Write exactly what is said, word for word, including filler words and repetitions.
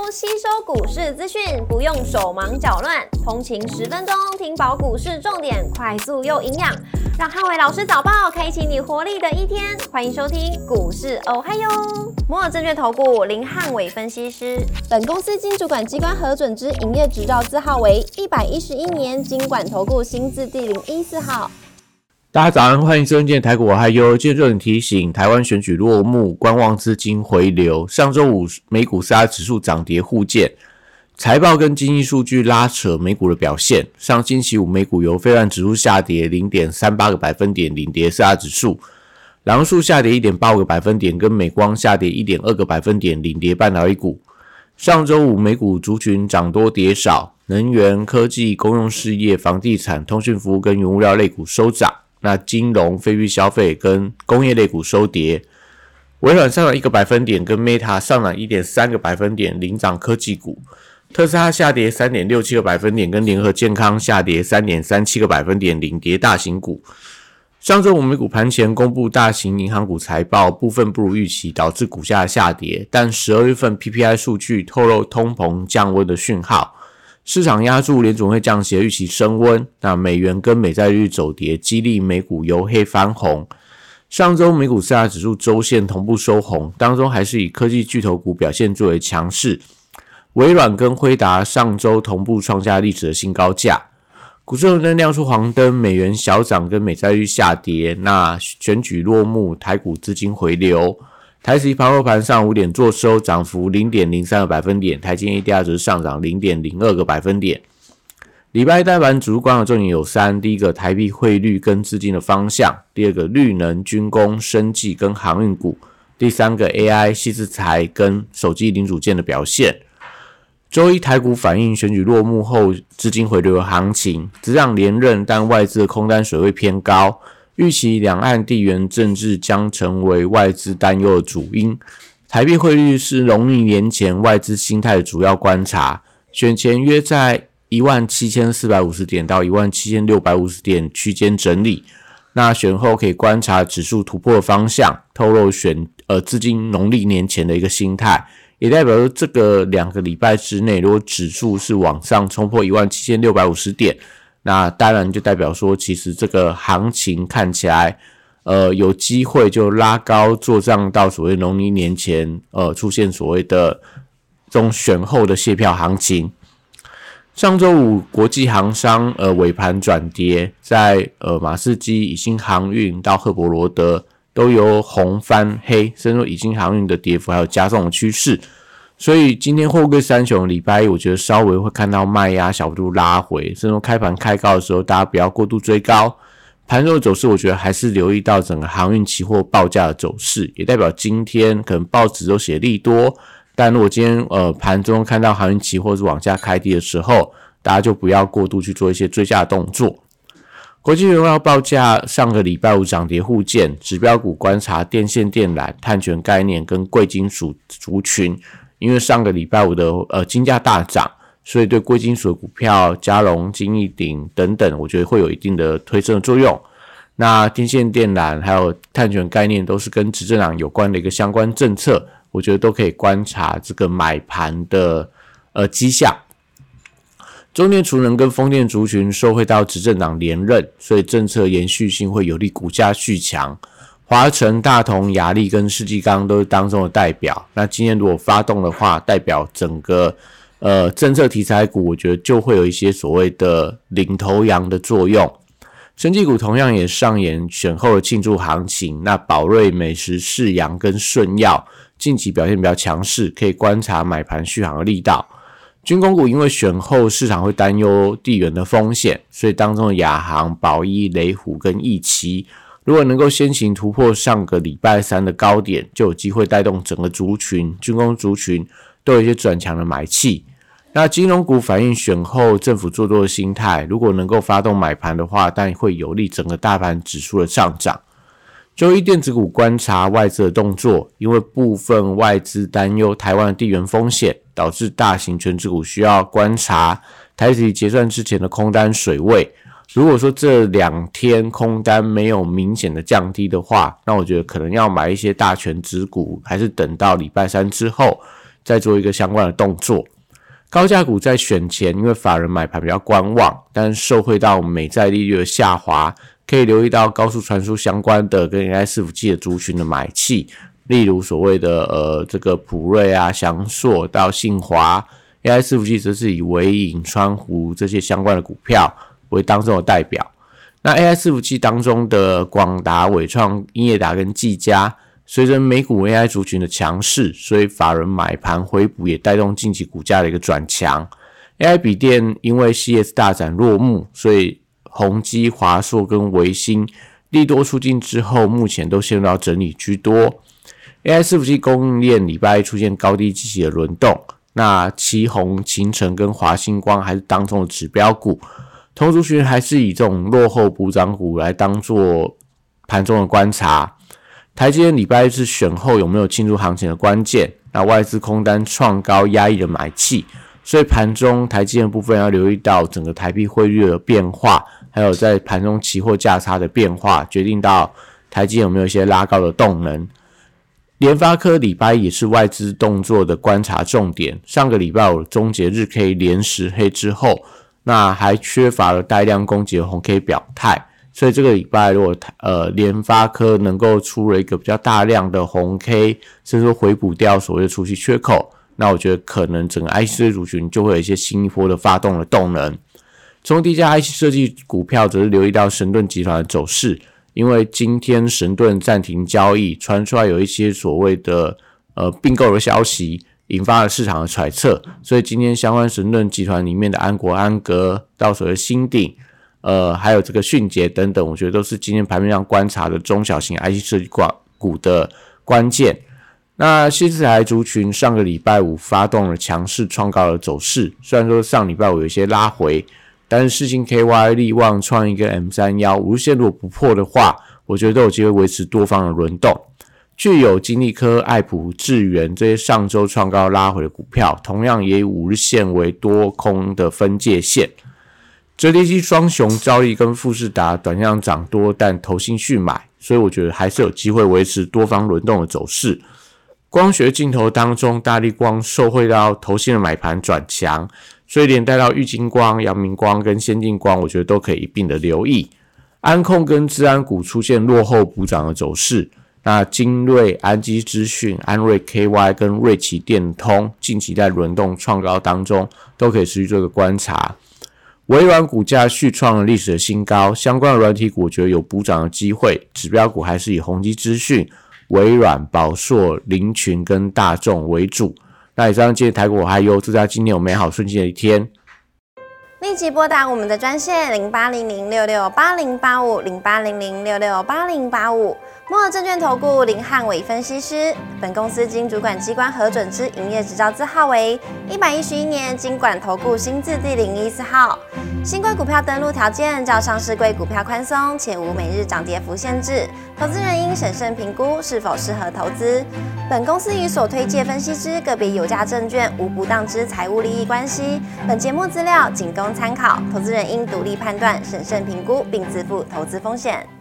吸收股市资讯，不用手忙脚乱，通勤十分钟听饱股市重点，快速又营养，让汉伟老师早报开启你活力的一天。欢迎收听股市哦嗨哟，摩尔证券投顾林汉伟分析师。本公司经主管机关核准之营业执照字号为一百一十一年金管投顾新字第零一四号。 大家早安，欢迎收听今天台股我嗨哟。今天重点提醒，台湾选举落幕，观望资金回流。上周五美股四大指数涨跌互见，财报跟经济数据拉扯美股的表现。上星期五美股由费半指数下跌 零点三八 个百分点领跌四大指数，朗数下跌 一点八五 个百分点，跟美光下跌 一点二 个百分点领跌半导体股。上周五美股族群涨多跌少，能源、科技、公用事业、房地产、通讯服务跟原物料类股收涨。那金融、非必消费跟工业类股收跌，微软上涨一个百分点，跟 Meta 上涨 一点三 个百分点，领涨科技股。特斯拉下跌 三点六七 个百分点，跟联合健康下跌 三点三七 个百分点，领跌大型股。上周五美股盘前公布大型银行股财报，部分不如预期，导致股价下跌，但十二月份 P P I 数据透露通膨降温的讯号。市场押注联准会降息的预期升温，那美元跟美债利率走跌，激励美股由黑翻红。上周美股四大指数周线同步收红，当中还是以科技巨头股表现最为强势。微软跟辉达上周同步创下历史的新高价。股市红灯亮出黄灯，美元小涨跟美债率下跌。那选举落幕，台股资金回流。台指盘后盘上五点做收，涨幅 零点零三 个百分点，台积电 A D R 值上涨 零点零二 个百分点。礼拜一大盘主观的重点有三：第一个，台币汇率跟资金的方向；第二个，绿能、军工、生技跟航运股；第三个 A I、矽智财跟手机零组件的表现。周一台股反映选举落幕后资金回流的行情，执掌连任，但外资的空单水位偏高。预期两岸地缘政治将成为外资担忧的主因。台币汇率是农历年前外资心态的主要观察，选前约在 一万七千四百五十 点到 一万七千六百五十 点区间整理。那选后可以观察指数突破的方向，透露选呃资金农历年前的一个心态，也代表说这个两个礼拜之内，如果指数是往上冲破 一万七千六百五十 点，那当然就代表说其实这个行情看起来呃有机会就拉高作账到所谓农历年前呃出现所谓的这种选后的卸票行情。上周五国际航商呃尾盘转跌，在呃马士基、以新航运到赫伯罗德都由红翻黑，甚至以新航运的跌幅还有加重的趋势。所以今天货柜三雄礼拜一我觉得稍微会看到卖压小幅度拉回，甚至开盘开高的时候大家不要过度追高。盘中的走势我觉得还是留意到整个航运期货报价的走势，也代表今天可能报纸都写利多，但如果今天呃盘中看到航运期货是往下开低的时候，大家就不要过度去做一些追价的动作。国际原料报价上个礼拜五涨跌互见，指标股观察电线电缆、碳权概念跟贵金属族群。因为上个礼拜五的呃金价大涨，所以对贵金属的股票嘉荣、金益鼎等等，我觉得会有一定的推升的作用。那电线电缆还有碳权概念都是跟执政党有关的一个相关政策，我觉得都可以观察这个买盘的呃迹象。中电储能跟风电族群受惠到执政党连任，所以政策延续性会有利股价续强。华城、大同、亚力跟世纪钢都是当中的代表。那今天如果发动的话，代表整个呃政策题材股，我觉得就会有一些所谓的领头羊的作用。生技股同样也上演选后的庆祝行情。那宝瑞、美食、世阳跟顺药近期表现比较强势，可以观察买盘续航的力道。军工股因为选后市场会担忧地缘的风险，所以当中的亚航、宝一、雷虎跟义奇。如果能够先行突破上个礼拜三的高点，就有机会带动整个族群、军工族群都有一些转强的买气。那金融股反映选后政府做多的心态，如果能够发动买盘的话，但会有利整个大盘指数的上涨。周一电子股观察外资的动作，因为部分外资担忧台湾的地缘风险，导致大型权值股需要观察台指结算之前的空单水位。如果说这两天空单没有明显的降低的话，那我觉得可能要买一些大权值股，还是等到礼拜三之后再做一个相关的动作。高价股在选前，因为法人买盘比较观望，但是受惠到美债利率的下滑，可以留意到高速传输相关的跟 A I 伺服器的族群的买气，例如所谓的呃这个普瑞啊、翔硕到信华 ，A I 伺服器则是以微影、川湖这些相关的股票为当中的代表。那 A I 伺服器当中的广达、伟创、英业达跟技嘉，随着美股 A I 族群的强势，所以法人买盘回补也带动近期股价的一个转强。A I 笔电因为 C E S 大展落幕，所以宏基、华硕跟微星利多出尽之后，目前都陷入到整理居多。A I 伺服器供应链礼拜一出现高低积极的轮动，那奇宏、勤诚跟华星光还是当中的指标股，同族群还是以这种落后补涨股来当做盘中的观察。台积电礼拜一是选后有没有进入行情的关键，那外资空单创高压抑了买气，所以盘中台积电的部分要留意到整个台币汇率的变化，还有在盘中期货价差的变化，决定到台积电有没有一些拉高的动能。联发科礼拜也是外资动作的观察重点，上个礼拜有终结日 K 连十黑之后，那还缺乏了带量攻击的红 K 表态，所以这个礼拜如果呃联发科能够出了一个比较大量的红 K， 甚至说回补掉所谓的除息缺口，那我觉得可能整个 I C 设计族群就会有一些新一波的发动的动能。从低价 I C 设计股票则是留意到神盾集团的走势，因为今天神盾暂停交易，传出来有一些所谓的呃并购的消息，引发了市场的揣测，所以今天相关神盾集团里面的安国、安格到所谓的新鼎，呃，还有这个迅捷等等，我觉得都是今天盘面上观察的中小型 I C 设计股的关键。那矽智财族群上个礼拜五发动了强势创高的走势，虽然说上礼拜五有一些拉回，但是世芯 K Y、力旺、创意跟 M 三十一 五日线如果不破的话，我觉得都有机会维持多方的轮动。具有金利科、爱普、智原这些上周创高拉回的股票，同样也以五日线为多空的分界线。折叠机双雄兆利跟富士达短量涨多，但投信续买，所以我觉得还是有机会维持多方轮动的走势。光学镜头当中，大立光受惠到投信的买盘转强，所以连带到玉晶光、阳明光跟先进光，我觉得都可以一并的留意。安控跟资安股出现落后补涨的走势，那精锐、安基资讯、安瑞 K Y 跟瑞奇电通近期在轮动创高当中，都可以持续做个观察。微软股价续创了历史的新高，相关的软体股我觉得有补涨的机会，指标股还是以宏基资讯、微软、宝硕、凌群跟大众为主。那以上今天台股我还有祝大家今天有美好顺境的一天。 立即拨打我们的专线零八零零六六八零八五零八零零六六八零八五。摩尔证券投顾林汉伟分析师，本公司经主管机关核准之营业执照字号为一百一十一年金管投顾新字第零一四号。新规股票登录条件较上市柜股票宽松，且无每日涨跌幅限制，投资人应审慎评估是否适合投资。本公司与所推介分析之个别有价证券无不当之财务利益关系。本节目资料仅供参考，投资人应独立判断、审慎评估，并自负投资风险。